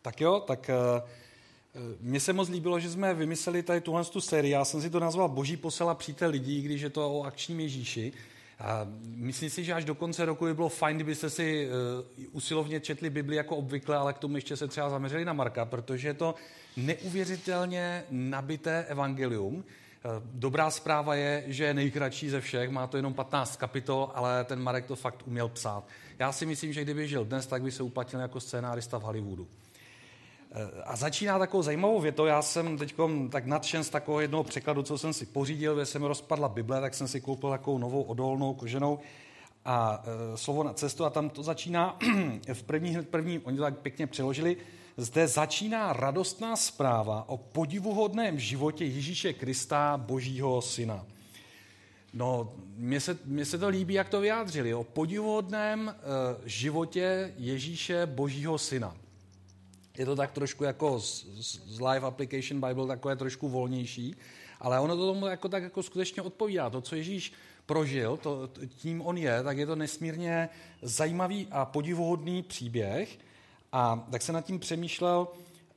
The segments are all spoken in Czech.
Tak jo, tak mně se moc líbilo, že jsme vymysleli tady tuhle sérii. Já jsem si to nazval Boží posel a přítel lidí, když je to o akčním Ježíši. A myslím si, že až do konce roku by bylo fajn, kdybyste si usilovně četli Bibli jako obvykle, ale k tomu ještě se třeba zaměřili na Marka, protože je to neuvěřitelně nabité evangelium. Dobrá zpráva je, že je nejkratší ze všech, má to jenom 15 kapitol, ale ten Marek to fakt uměl psát. Já si myslím, že kdyby žil dnes, tak by se uplatnil jako scénárista v Hollywoodu. A začíná takovou zajímavou větou. Já jsem teď tak nadšen z takového jednoho překladu, co jsem si pořídil, kde se mi rozpadla Bible, tak jsem si koupil takovou novou odolnou koženou a slovo na cestu a tam to začíná v první, oni to tak pěkně přeložili, zde začíná radostná zpráva o podivuhodném životě Ježíše Krista, Božího syna. No, mně se to líbí, jak to vyjádřili, o podivuhodném životě Ježíše, Božího syna. Je to tak trošku jako z Live Application Bible, takové trošku volnější, ale ono to tomu tak jako skutečně odpovídá. To, co Ježíš prožil, tím on je, tak je to nesmírně zajímavý a podivuhodný příběh. A tak se nad tím přemýšlel,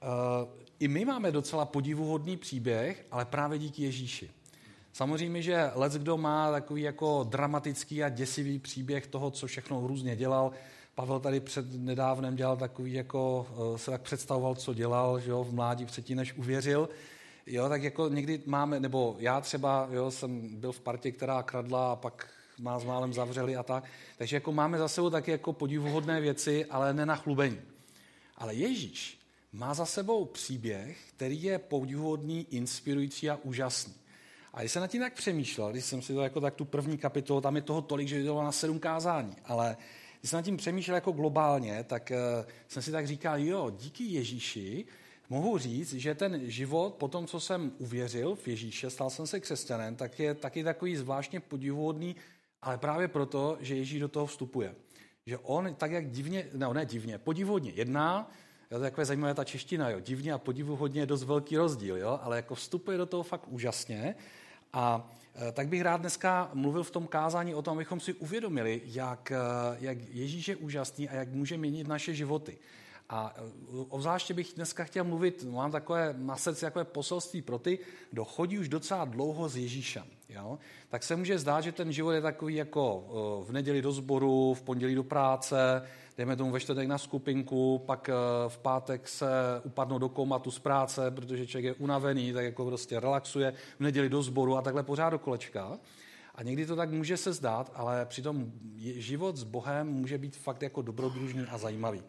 i my máme docela podivuhodný příběh, ale právě díky Ježíši. Samozřejmě, že leckdo má takový jako dramatický a děsivý příběh toho, co všechno různě dělal. Pavel tady před nedávnem dělal takový, jako se tak představoval, co dělal, že jo, v mládí předtím, než uvěřil. Jo, tak jako někdy máme, nebo já třeba, jo, jsem byl v partě, která kradla a pak má s málem zavřeli a tak. Takže jako máme za sebou taky jako podivuhodné věci, ale ne na chlubení. Ale Ježíš má za sebou příběh, který je podivuhodný, inspirující a úžasný. A když jsem nad tím tak přemýšlel, když jsem si to jako tak tu první kapitolu, tam je toho tolik, že bylo na 7 kázání, ale když jsem nad tím přemýšlel jako globálně, tak jsem si tak říkal, jo, díky Ježíši mohu říct, že ten život, po tom, co jsem uvěřil v Ježíše, stal jsem se křesťanem, tak je taky takový zvláštně podivuhodný, ale právě proto, že Ježíš do toho vstupuje. Že on tak jak divně, ne divně, podivuhodně jedná, jo, to je takové zajímavé ta čeština, jo, divně a podivuhodně je dost velký rozdíl, jo, ale jako vstupuje do toho fakt úžasně. A tak bych rád dneska mluvil v tom kázání o tom, abychom si uvědomili, jak Ježíš je úžasný a jak může měnit naše životy. A obzvláště bych dneska chtěl mluvit, mám na srdci takové poselství pro ty, kdo chodí už docela dlouho s Ježíšem. Jo? Tak se může zdát, že ten život je takový jako v neděli do sboru, v pondělí do práce, dejme tomu ve čtvrtek na skupinku, pak v pátek se upadnou do komatu z práce, protože člověk je unavený, tak jako prostě relaxuje, v neděli do sboru a takhle pořád do kolečka. A někdy to tak může se zdát, ale přitom život s Bohem může být fakt jako dobrodružný a zajímavý.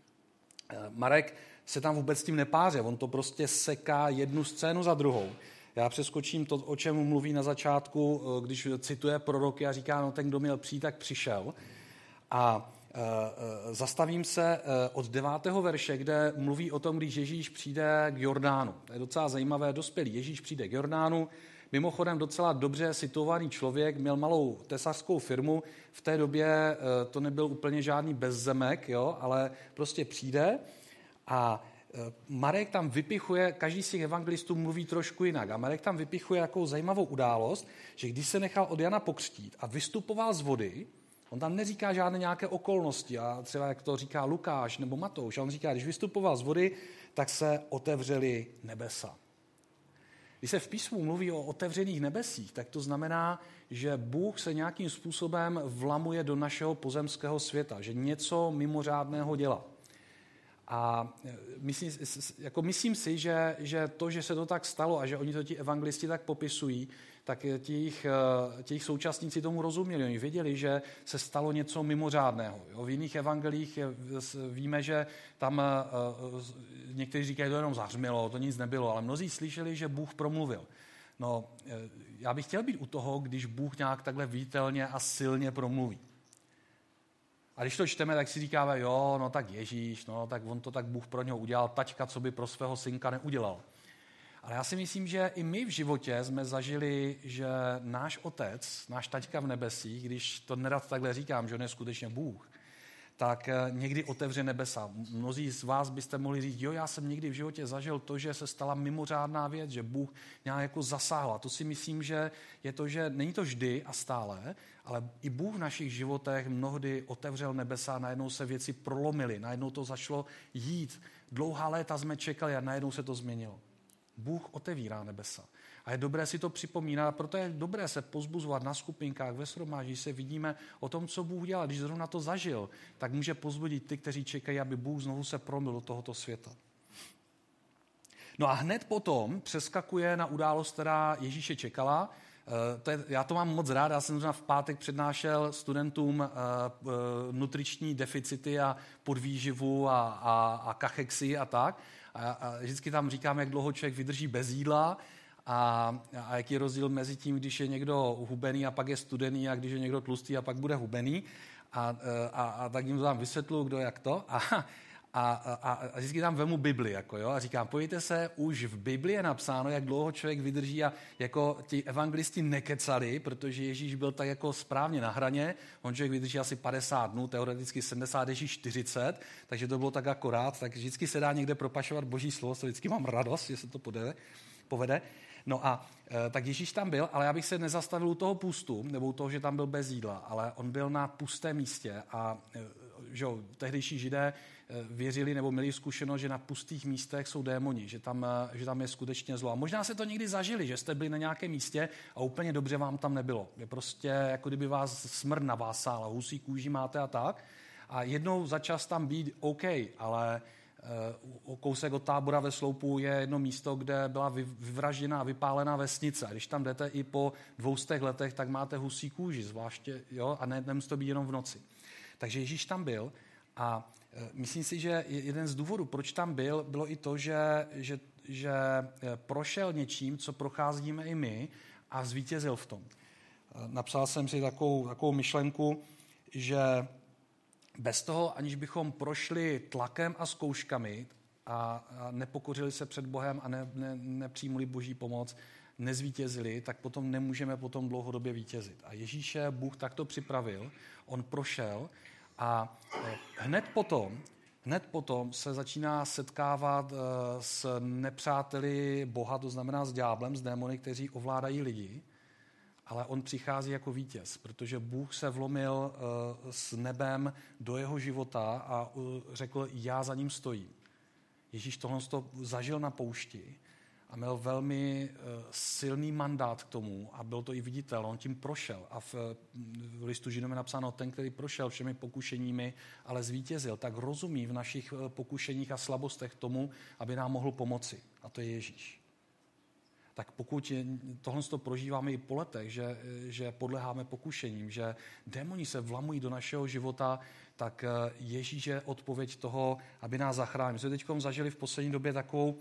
Marek se tam vůbec s tím nepáře, on to prostě seká jednu scénu za druhou. Já přeskočím to, o čem mluví na začátku, když cituje proroky a říká, no ten, kdo měl přijít, tak přišel. A zastavím se od 9. verše, kde mluví o tom, když Ježíš přijde k Jordánu. To je docela zajímavé, dospělý Ježíš přijde k Jordánu, mimochodem docela dobře situovaný člověk, měl malou tesařskou firmu, v té době to nebyl úplně žádný bezzemek, jo, ale prostě přijde a Marek tam vypichuje, každý z těch evangelistů mluví trošku jinak a Marek tam vypichuje takovou zajímavou událost, že když se nechal od Jana pokřtít a vystupoval z vody, on tam neříká žádné nějaké okolnosti a třeba jak to říká Lukáš nebo Matouš, a on říká, když vystupoval z vody, tak se otevřely nebesa. Když se v písmu mluví o otevřených nebesích, tak to znamená, že Bůh se nějakým způsobem vlamuje do našeho pozemského světa, že něco mimořádného dělá. A myslím si, že to, že se to tak stalo a že oni to ti evangelisti tak popisují, tak ti jejich současníci tomu rozuměli. Oni věděli, že se stalo něco mimořádného. Jo? V jiných evangelích víme, že tam někteří říkají, že to jenom zahřmělo, to nic nebylo, ale mnozí slyšeli, že Bůh promluvil. No, já bych chtěl být u toho, když Bůh nějak takhle viditelně a silně promluví. A když to čteme, tak si říkáme, jo, no tak Ježíš, no tak on to tak Bůh pro něho udělal, taťka, co by pro svého synka neudělal. Ale já si myslím, že i my v životě jsme zažili, že náš otec, náš taťka v nebesích, když to nerad takhle říkám, že on je skutečně Bůh, tak někdy otevře nebesa. Mnozí z vás byste mohli říct, jo, já jsem někdy v životě zažil to, že se stala mimořádná věc, že Bůh nějak jako zasáhl. A to si myslím, že je to, že není to vždy a stále, ale i Bůh v našich životech mnohdy otevřel nebesa, najednou se věci prolomily, najednou to začalo jít. Dlouhá léta jsme čekali a najednou se to změnilo. Bůh otevírá nebesa. A je dobré si to připomínat, proto je dobré se pozbuzovat na skupinkách, ve shromáždí, se vidíme o tom, co Bůh dělal. Když zrovna to zažil, tak může pozbudit ty, kteří čekají, aby Bůh znovu se promyl do tohoto světa. No a hned potom přeskakuje na událost, která Ježíše čekala. Já to mám moc rád, já jsem zrovna v pátek přednášel studentům nutriční deficity a podvýživu a kachexii a tak. A vždycky tam říkám, jak dlouho člověk vydrží bez jídla a jaký je rozdíl mezi tím, když je někdo hubený a pak je studený a když je někdo tlustý a pak bude hubený. A tak jim vám vysvětluju, kdo jak to. A vždycky tam vemu Bibli, jako jo, a říkám, pojďte se, už v Bibli je napsáno, jak dlouho člověk vydrží a jako ti evangelisti nekecali, protože Ježíš byl tak jako správně na hraně, on člověk vydrží asi 50 dnů, teoreticky 70, Ježíš 40, takže to bylo tak akorát, tak vždycky se dá někde propašovat Boží slovo, to vždycky mám radost, že se to povede. No a tak Ježíš tam byl, ale já bych se nezastavil u toho půstu, nebo u toho, že tam byl bez jídla, ale on byl na pustém místě a že tehdejší Židé věřili nebo měli zkušenost, že na pustých místech jsou démoni, že tam je skutečně zlo. A možná se to někdy zažili, že jste byli na nějakém místě a úplně dobře vám tam nebylo. Je prostě jako kdyby vás smrt na vás sála, husí kůži máte a tak. A jednou za čas tam být OK, ale kousek od Tábora ve Sloupu je jedno místo, kde byla vyvražděná a vypálená vesnice. A když tam jdete i po 200 letech, tak máte husí kůži, zvláště, jo, a nemusí to být jenom v noci. Takže Ježíš tam byl a myslím si, že jeden z důvodů, proč tam byl, bylo i to, že prošel něčím, co procházíme i my a zvítězil v tom. Napsal jsem si takovou myšlenku, že bez toho, aniž bychom prošli tlakem a zkouškami a nepokořili se před Bohem a nepřijmuli Boží pomoc, nezvítězili, tak potom nemůžeme potom dlouhodobě vítězit. A Ježíše Bůh takto připravil, on prošel a hned potom se začíná setkávat s nepřáteli Boha, to znamená s ďáblem, s démony, kteří ovládají lidi, ale on přichází jako vítěz, protože Bůh se vlomil s nebem do jeho života a řekl, já za ním stojím. Ježíš tohle zažil na poušti a měl velmi silný mandát k tomu a byl to i viditel, on tím prošel. A v listu Židům je napsáno, ten, který prošel všemi pokušeními, ale zvítězil, tak rozumí v našich pokušeních a slabostech tomu, aby nám mohl pomoci. A to je Ježíš. Tak pokud tohle prožíváme i po letech, že podléháme pokušením, že démoni se vlamují do našeho života, tak Ježíš je odpověď toho, aby nás zachránil. My jsme teď zažili v poslední době takovou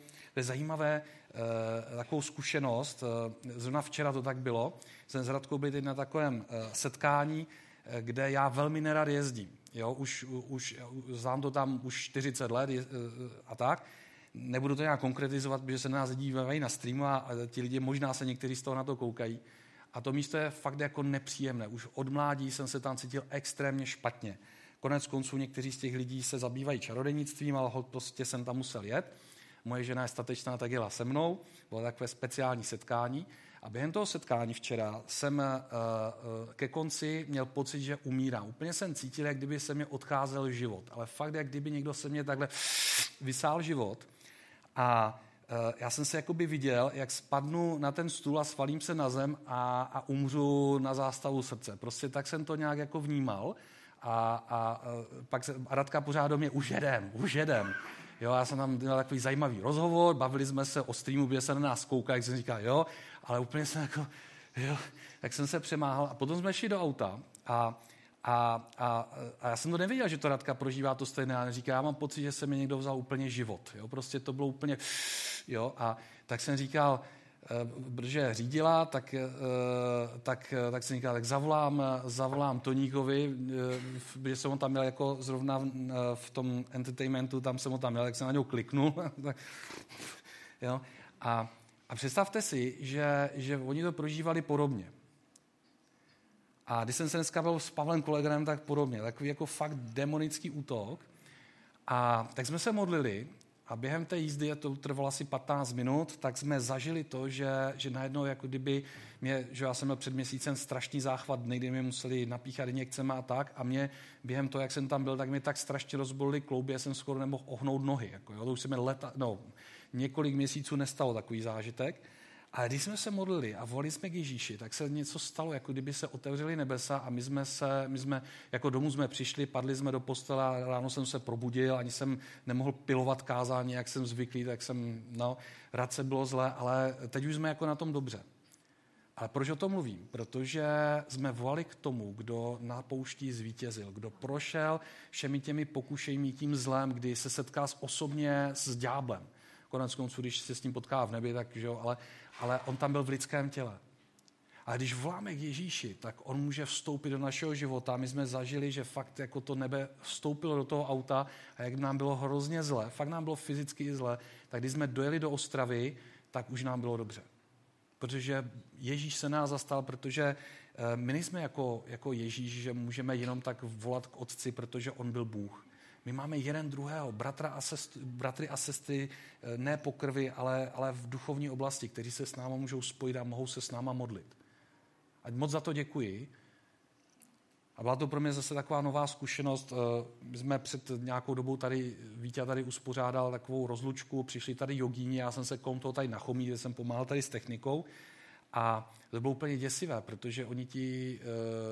zkušenost. Zrovna včera to tak bylo. Jsem s Radkou byl teď na takovém setkání, kde já velmi nerad jezdím. Jo, už znám to tam už 40 let a tak. Nebudu to nějak konkretizovat, protože se na nás dívají na streamu a ti lidi možná se někteří z toho na to koukají. A to místo je fakt jako nepříjemné. Už od mládí jsem se tam cítil extrémně špatně. Konec konců někteří z těch lidí se zabývají čarodějnictvím, ale prostě jsem tam musel jet. Moje žena je statečná, tak jela se mnou. Bylo takové speciální setkání. A během toho setkání včera jsem ke konci měl pocit, že umírám. Úplně jsem cítil, jak kdyby se mě odcházel život. Ale fakt, jak kdyby někdo se mě takhle vysál život. A já jsem se jakoby viděl, jak spadnu na ten stůl a svalím se na zem a umřu na zástavu srdce. Prostě tak jsem to nějak jako vnímal. A pak Radka pořád do mě, už jedem. Jo, já jsem tam dělal takový zajímavý rozhovor, bavili jsme se o streamu, kde se na nás kouká, jak jsem říkal, jo, ale úplně jsem jako, jo, tak jsem se přemáhal a potom jsme šli do auta a já jsem to nevěděl, že to Radka prožívá to stejné, ale říká, já mám pocit, že se mi někdo vzal úplně život, jo, prostě to bylo úplně, jo, a tak jsem říkal, protože řídila, tak jsem říkal, tak zavolám Toníkovi, protože jsem ho tam měl jako zrovna v tom entertainmentu, tam jsem ho tam měl, tak jsem na něj kliknul. Jo? A představte si, že oni to prožívali podobně. A když jsem se dneska byl s Pavlem Kolegrem, tak podobně, takový jako fakt demonický útok. A tak jsme se modlili a během té jízdy, a to trvalo asi 15 minut, tak jsme zažili to, že najednou, jako kdyby že já jsem měl před měsícem strašný záchvat, kdy mě museli napíchat injekcemi a tak, a mě během toho, jak jsem tam byl, tak mě tak strašně rozbolily klouby, já jsem skoro nemohl ohnout nohy. Jako, jo, to už se mi několik měsíců nestalo takový zážitek. Ale když jsme se modlili a volali jsme k Ježíši, tak se něco stalo, jako kdyby se otevřely nebesa a my jsme jako domů jsme přišli, padli jsme do postele a ráno jsem se probudil, ani jsem nemohl pilovat kázání, jak jsem zvyklý, tak jsem, radce bylo zle, ale teď už jsme jako na tom dobře. Ale proč o tom mluvím? Protože jsme volali k tomu, kdo na poušti zvítězil, kdo prošel všemi těmi pokušeními, tím zlem, kdy se setkal osobně s ďáblem. Koneckonců, když se s ním potká v nebi, tak, že jo, ale on tam byl v lidském těle. A když voláme k Ježíši, tak on může vstoupit do našeho života. My jsme zažili, že fakt jako to nebe vstoupilo do toho auta a jak nám bylo hrozně zle, fakt nám bylo fyzicky i zle, tak když jsme dojeli do Ostravy, tak už nám bylo dobře. Protože Ježíš se nás zastal, protože my nejsme jako Ježíš, že můžeme jenom tak volat k Otci, protože on byl Bůh. My máme jeden druhého, bratry a sestry, ne po krvi, ale v duchovní oblasti, kteří se s náma můžou spojit a mohou se s náma modlit. Ať moc za to děkuji. A byla to pro mě zase taková nová zkušenost. My jsme před nějakou dobou Vítě tady uspořádal takovou rozlučku, přišli tady jogíni, já jsem se kolem toho tady nachomí, kde jsem pomáhal tady s technikou. A to bylo úplně děsivé, protože oni ti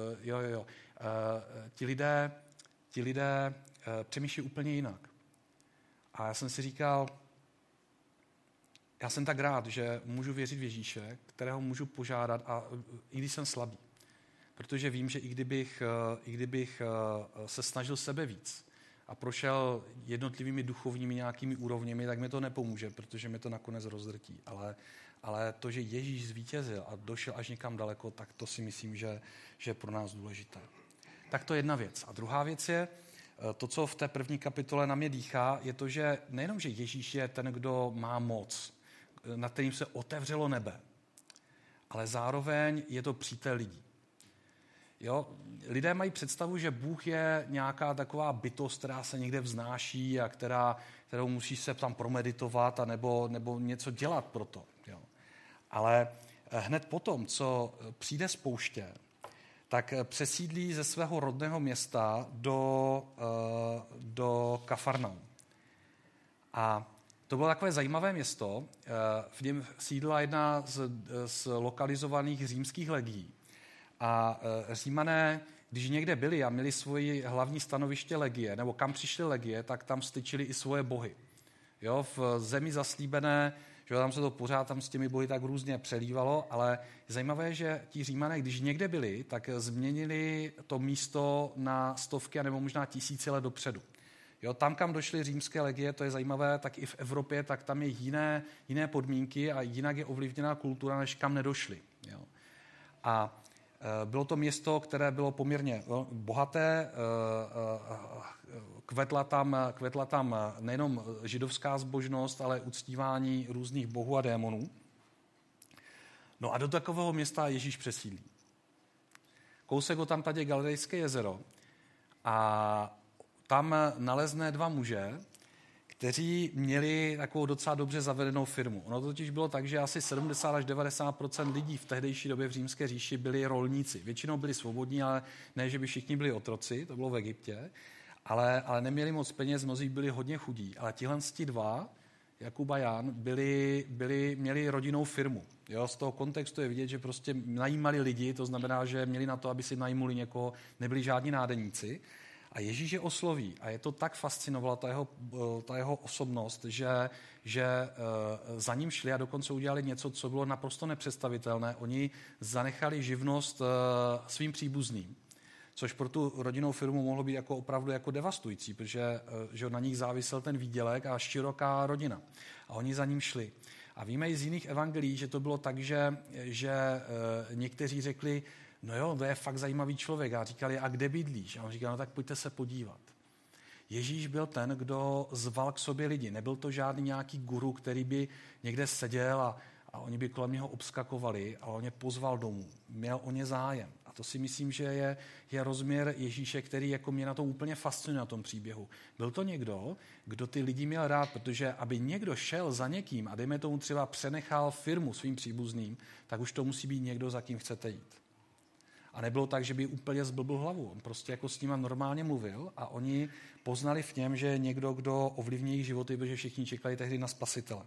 lidé přemýšlí úplně jinak. A já jsem si říkal, já jsem tak rád, že můžu věřit v Ježíše, kterého můžu požádat, a i když jsem slabý. Protože vím, že i kdybych se snažil sebe víc a prošel jednotlivými duchovními nějakými úrovněmi, tak mi to nepomůže, protože mi to nakonec rozdrtí. Ale to, že Ježíš zvítězil a došel až někam daleko, tak to si myslím, že je pro nás důležité. Tak to je jedna věc. A druhá věc je, to, co v té první kapitole na mě dýchá, je to, že nejenom, že Ježíš je ten, kdo má moc, nad kterým se otevřelo nebe, ale zároveň je to přítel lidí. Jo? Lidé mají představu, že Bůh je nějaká taková bytost, která se někde vznáší a kterou musí se tam promeditovat a nebo něco dělat pro to. Jo? Ale hned potom, co přijde z pouště, tak přesídlí ze svého rodného města do Kafarnaum. A to bylo takové zajímavé město. V něm sídla jedna z lokalizovaných římských legií. A Římané, když někde byli a měli svoji hlavní stanoviště legie, nebo kam přišly legie, tak tam styčili i svoje bohy. Jo, v zemi zaslíbené, že tam se to pořád tam s těmi bohy tak různě přelívalo, ale zajímavé je, že ti Římané, když někde byli, tak změnili to místo na stovky a nebo možná tisíce let dopředu. Jo, tam, kam došly římské legie, to je zajímavé, tak i v Evropě, tak tam je jiné podmínky a jinak je ovlivněná kultura, než kam nedošly. Jo. A bylo to město, které bylo poměrně bohaté, kvetla tam nejenom židovská zbožnost, ale uctívání různých bohů a démonů. No a do takového města Ježíš přesídlí. Kousek tam tady je Galilejské jezero a tam nalezne dva muže, kteří měli takovou docela dobře zavedenou firmu. Ono totiž bylo tak, že asi 70 až 90% lidí v tehdejší době v Římské říši byli rolníci. Většinou byli svobodní, ale ne, že by všichni byli otroci, to bylo v Egyptě, ale neměli moc peněz, mnozí byli hodně chudí. Ale tihle dva, Jakub a Jan, měli rodinnou firmu. Jo, z toho kontextu je vidět, že prostě najímali lidi, to znamená, že měli na to, aby si najmuli někoho, nebyli žádní nádeníci. A Ježíš je osloví a je to tak fascinovala ta jeho osobnost, že za ním šli a dokonce udělali něco, co bylo naprosto nepředstavitelné. Oni zanechali živnost svým příbuzným, což pro tu rodinnou firmu mohlo být jako opravdu jako devastující, protože že na nich závisel ten výdělek a široká rodina. A oni za ním šli. A víme i z jiných evangelií, že to bylo tak, že někteří řekli, no jo, to je fakt zajímavý člověk. A říkali, a kde bydlíš? A on říkal, no tak pojďte se podívat. Ježíš byl ten, kdo zval k sobě lidi. Nebyl to žádný nějaký guru, který by někde seděl a oni by kolem něho obskakovali, ale on je pozval domů. Měl o ně zájem. A To si myslím, že je rozměr Ježíše, který jako mě na tom úplně fascinuje na tom příběhu. Byl to někdo, kdo ty lidi měl rád, protože aby někdo šel za někým a dejme tomu třeba přenechal firmu svým příbuzným, tak už to musí být někdo, za kým chcete jít. A nebylo tak, že by úplně zblbl hlavu. On prostě jako s nima normálně mluvil a oni poznali v něm, že je někdo, kdo ovlivní jejich životy, protože všichni čekali tehdy na Spasitele.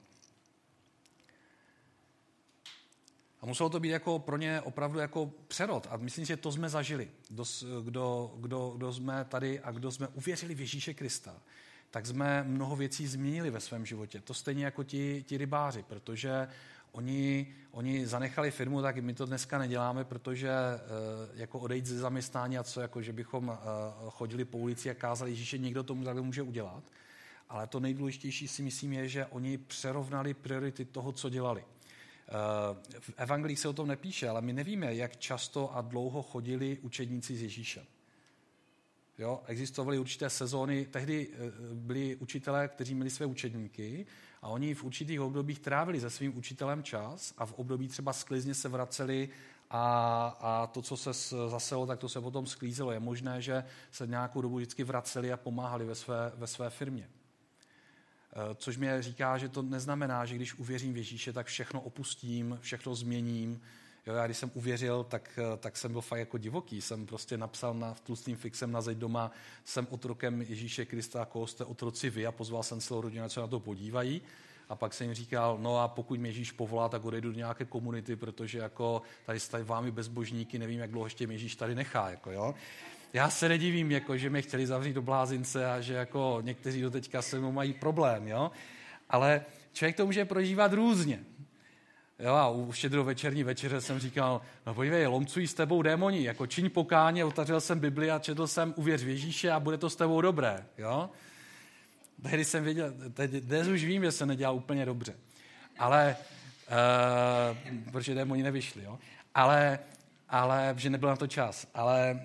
A muselo to být jako pro ně opravdu jako přerod. A myslím si, že to jsme zažili. Kdo jsme tady a kdo jsme uvěřili v Ježíše Krista, tak jsme mnoho věcí změnili ve svém životě. To stejně jako ti rybáři, protože oni zanechali firmu, tak my to dneska neděláme, protože jako odejít ze zaměstnání a co, jako že bychom chodili po ulici a kázali Ježíše, někdo tomu takhle může udělat. Ale to nejdůležitější si myslím je, že oni přerovnali priority toho, co dělali. V evangelích se o tom nepíše, ale my nevíme, jak často a dlouho chodili učedníci s Ježíšem. Jo, existovaly určité sezóny, tehdy byli učitelé, kteří měli své učedníky a oni v určitých obdobích trávili se svým učitelem čas a v období třeba sklizně se vraceli a to, co se zaselo, tak to se potom sklízelo. Je možné, že se nějakou dobu vždycky vraceli a pomáhali ve své firmě. Což mě říká, že to neznamená, že když uvěřím v Ježíše, tak všechno opustím, všechno změním. Jo, já když jsem uvěřil, tak jsem byl fakt jako divoký. Jsem prostě napsal v tlustým fixem na zeď doma, jsem otrokem Ježíše Krista, koho jste otroci vy, a pozval jsem celou rodinu, co na to podívají. A pak jsem jim říkal, no a pokud mě Ježíš povolá, tak odejdu do nějaké komunity, protože jako tady vámi bezbožníky, nevím, jak dlouho ještě Ježíš tady nechá. Jako, jo. Já se nedivím, jako, že mě chtěli zavřít do blázince a že jako někteří do teďka se mnou mají problém. Jo. Ale člověk to může prožívat různě. Jo, a u štědrovečerní večeře jsem říkal, no podívej, lomcují s tebou démoni, jako čiň pokání, otevřel jsem Bibli a četl jsem uvěř v Ježíše a bude to s tebou dobré. Jo. Tehdy jsem věděl, dnes už vím, že se nedělal úplně dobře. Ale, protože démoni nevyšli, jo. Ale že nebyl na to čas. Ale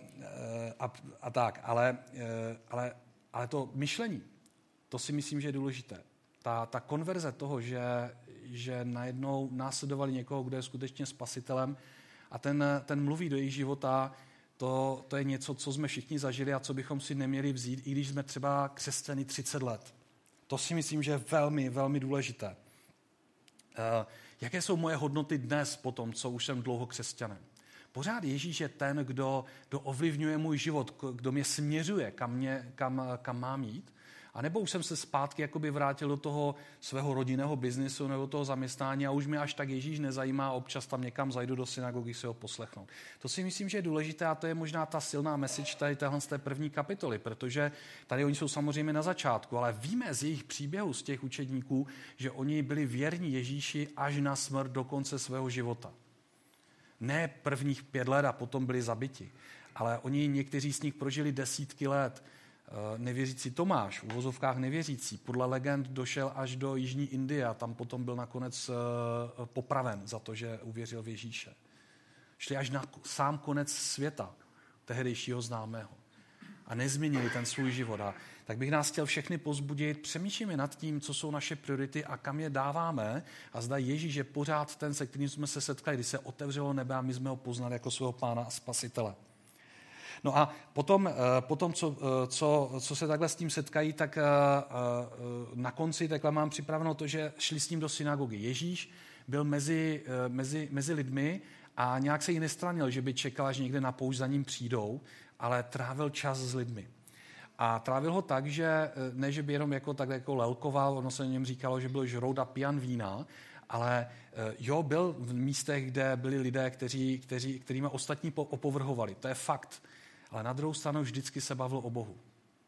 to myšlení, to si myslím, že je důležité. Ta konverze toho, že najednou následovali někoho, kdo je skutečně spasitelem a ten mluví do jejich života, to je něco, co jsme všichni zažili a co bychom si neměli vzít, i když jsme třeba křesťany 30 let. To si myslím, že je velmi, velmi důležité. Jaké jsou moje hodnoty dnes po tom, co už jsem dlouho křesťanem? Pořád Ježíš je ten, kdo ovlivňuje můj život, kdo mě směřuje, kam mám jít. A nebo už jsem se zpátky jakoby vrátil do toho svého rodinného biznisu nebo do toho zaměstnání a už mě až tak Ježíš nezajímá, občas tam někam zajdu do synagogy si ho poslechnout. To si myslím, že je důležité a to je možná ta silná message tady z té první kapitoly, protože tady oni jsou samozřejmě na začátku, ale víme z jejich příběhů, z těch učedníků, že oni byli věrní Ježíši až na smrt do konce svého života. Ne prvních 5 let a potom byli zabiti, ale oni někteří z nich prožili desítky let. Nevěřící Tomáš, v uvozovkách nevěřící, podle legend došel až do jižní Indie a tam potom byl nakonec popraven za to, že uvěřil v Ježíše. Šli až na sám konec světa, tehdejšího známého. A nezměnili ten svůj život. A tak bych nás chtěl všechny povzbudit, přemýšlíme nad tím, co jsou naše priority a kam je dáváme. A zda Ježíš je pořád ten, se kterým jsme se setkali, když se otevřelo nebe a my jsme ho poznali jako svého pána a spasitele. No a potom co se takhle s tím setkají, tak na konci takhle mám připraveno to, že šli s ním do synagogy. Ježíš byl mezi lidmi a nějak se jí nestranil, že by čekal, až někde na poušť za ním přijdou, ale trávil čas s lidmi. A trávil ho tak, že ne, že by jenom jako lelkoval, ono se o něm říkalo, že byl žrout a pijan vína, ale byl v místech, kde byli lidé, kterými ostatní opovrhovali. To je fakt. Ale na druhou stranu vždycky se bavil o Bohu.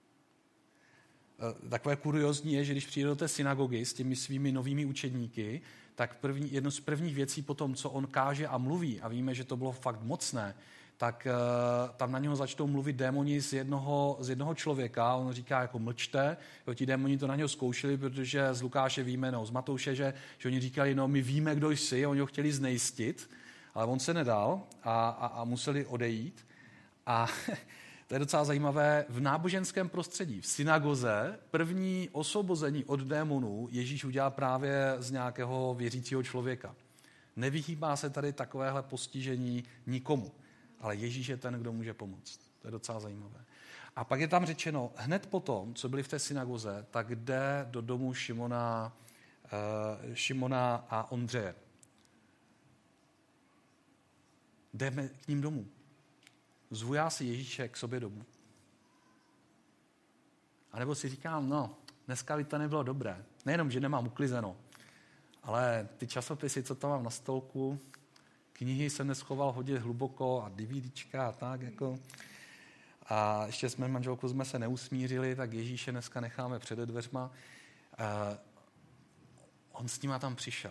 Takové kuriózní je, že když přijde do té synagogy s těmi svými novými učedníky, tak jedno z prvních věcí po tom, co on káže a mluví, a víme, že to bylo fakt mocné, tak tam na něho začnou mluvit démoni z jednoho člověka. On říká, jako mlčte. Ti démoni to na něho zkoušeli, protože z Lukáše víme, z Matouše, že oni říkali, no my víme, kdo jsi, oni ho chtěli znejistit, ale on se nedal a museli odejít. A to je docela zajímavé, v náboženském prostředí, v synagoze, první osvobození od démonů Ježíš udělal právě z nějakého věřícího člověka. Nevyhýbá se tady takovéhle postižení nikomu. ale Ježíš je ten, kdo může pomoct. To je docela zajímavé. A pak je tam řečeno, hned potom, co byli v té synagoze, tak jde do domu Šimona a Ondřeje. Jdeme k ním domů. Zvu já si Ježíše k sobě domů. A nebo si říkám, no, dneska by to nebylo dobré. Nejenom, že nemám uklizeno, ale ty časopisy, co tam mám na stolku, knihy jsem neschoval hodit hluboko a DVDčka a tak jako. A ještě jsme manželkou jsme se neusmířili, tak Ježíše dneska necháme před dveřma. On s nima tam přišel.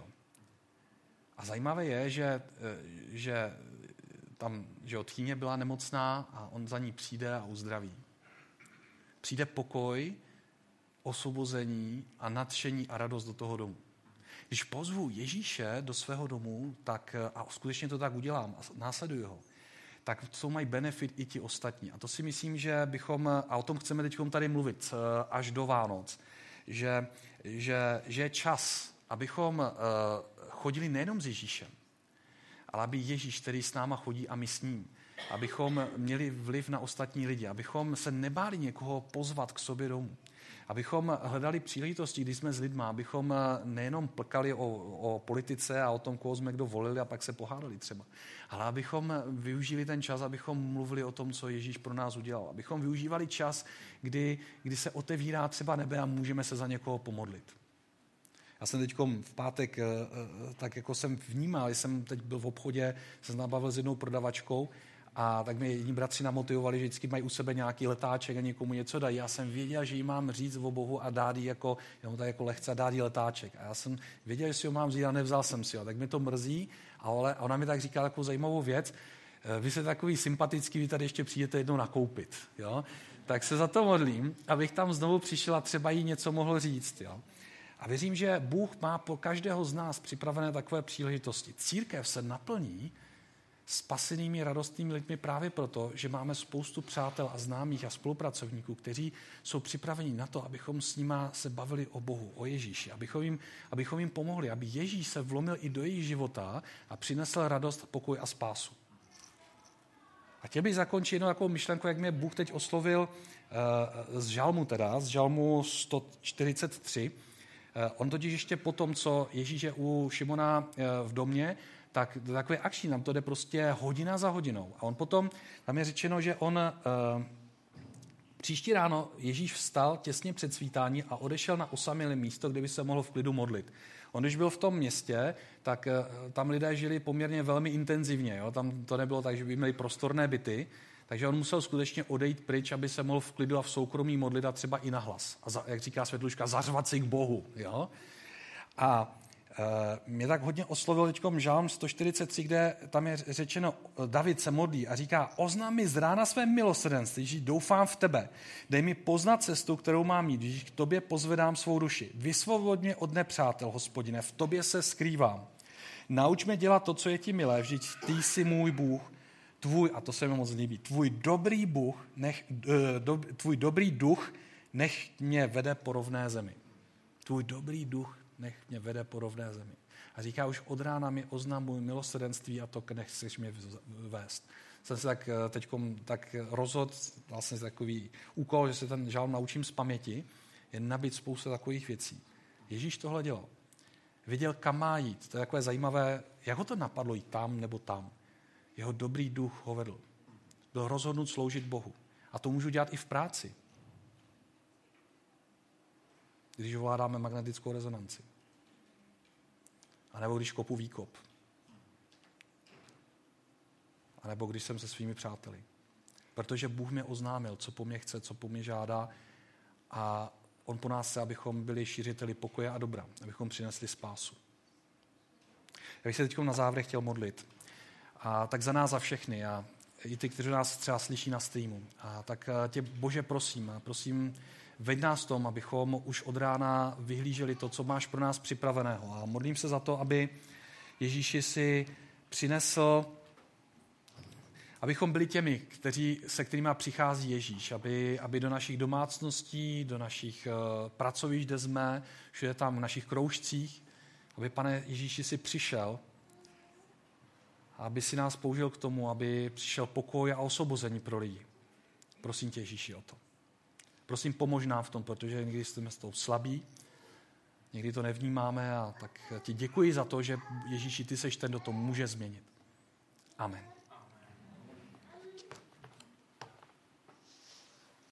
A zajímavé je, že tam, že od Tchýně byla nemocná a on za ní přijde a uzdraví. Přijde pokoj, osvobození a nadšení a radost do toho domu. Když pozvu Ježíše do svého domu, tak, a skutečně to tak udělám a následuju ho, tak co mají benefit i ti ostatní. A to si myslím, že bychom, a o tom chceme teď tady mluvit až do Vánoc, že je čas, abychom chodili nejenom s Ježíšem, ale aby Ježíš, který s náma chodí a my s ním, abychom měli vliv na ostatní lidi, abychom se nebáli někoho pozvat k sobě domů, abychom hledali příležitosti, když jsme s lidma, abychom nejenom plkali o politice a o tom, koho jsme kdo volili a pak se pohádali třeba, ale abychom využili ten čas, abychom mluvili o tom, co Ježíš pro nás udělal, abychom využívali čas, kdy se otevírá třeba nebe a můžeme se za někoho pomodlit. Já jsem teď v pátek, tak jako jsem vnímal, jsem teď byl v obchodě, jsem nabavil s jednou prodavačkou a tak mi jedni bratři namotivovali, že vždycky mají u sebe nějaký letáček a někomu něco dají. Já jsem věděl, že jí mám říct o Bohu a dát jí jako lehce a dát jí letáček. A já jsem věděl, že si ho mám vzít a nevzal jsem si ho. Tak mi to mrzí, ale ona mi tak říká takovou zajímavou věc. Vy jste takový sympatický, vy tady ještě přijdete jednou nakoupit. Jo? Tak se za to modlím, abych tam znovu přišel a třeba jí něco mohl říct. Jo? A věřím, že Bůh má pro každého z nás připravené takové příležitosti. Církev se naplní spasenými, radostnými lidmi právě proto, že máme spoustu přátel a známých a spolupracovníků, kteří jsou připraveni na to, abychom s nima se bavili o Bohu, o Ježíši, abychom jim pomohli, aby Ježíš se vlomil i do jejich života a přinesl radost, pokoj a spásu. A chtěl bych zakončit jednou takovou myšlenku, jak mě Bůh teď oslovil z žalmu 143. On totiž ještě po tom, co Ježíš je u Šimona v domě, tak takové akční, nám to jde prostě hodina za hodinou. A on potom, tam je řečeno, že příští ráno Ježíš vstal těsně před svítání a odešel na osamělé místo, kde by se mohl v klidu modlit. On, když byl v tom městě, tak tam lidé žili poměrně velmi intenzivně. Jo? Tam to nebylo tak, že by měli prostorné byty, takže on musel skutečně odejít pryč, aby se mohl v klidu a v soukromí modlit a třeba i nahlas. A jak říká Světluška, zařvat si k Bohu. Jo? A mě tak hodně oslovil teďkom žálm 143, kde tam je řečeno, David se modlí a říká, oznám mi z rána své milosrdenství, že doufám v tebe. Dej mi poznat cestu, kterou mám jít, když k tobě pozvedám svou duši. Vysvobod mě od nepřátel, Hospodine, v tobě se skrývám. Nauč mě dělat to, co je ti milé, vždyť ty jsi můj Bůh, tvůj, a to se mi moc líbí, tvůj dobrý duch nech mě vede po rovné zemi. Tvůj dobrý duch nech mě vede po rovné zemi. A říká, už od rána mi oznamuj milosrdenství a to nechceš mě vést. Jsem se tak rozhodl, vlastně takový úkol, že se ten žálm naučím z paměti, je nabít spoustu takových věcí. Ježíš tohle dělal. Viděl, kam má jít. To je takové zajímavé, jak ho to napadlo jít tam nebo tam. Jeho dobrý duch ho vedl. Byl rozhodnut sloužit Bohu. A to můžu dělat i v práci. Když ovládáme magnetickou rezonanci. A nebo když kopu výkop. A nebo když jsem se svými přáteli. Protože Bůh mě oznámil, co po mně chce, co po mně žádá a on po nás chce, abychom byli šířiteli pokoje a dobra, abychom přinesli spásu. Já bych se teď na závěr chtěl modlit. A tak za nás, za všechny a i ty, kteří nás třeba slyší na streamu. A tak tě, Bože, prosím, veď nás tom, abychom už od rána vyhlíželi to, co máš pro nás připraveného. A modlím se za to, aby Ježíši si přinesl, abychom byli těmi, se kterými přichází Ježíš, aby do našich domácností, do našich pracovišť, kde jsme, všude tam v našich kroužcích, aby, Pane Ježíši, si přišel aby si nás použil k tomu, aby přišel pokoj a osvobození pro lidi. Prosím tě, Ježíši, o to. Prosím, pomož nám v tom, protože někdy jsme s tou slabí, někdy to nevnímáme a tak ti děkuji za to, že Ježíši, ty seš ten, kdo to může změnit. Amen.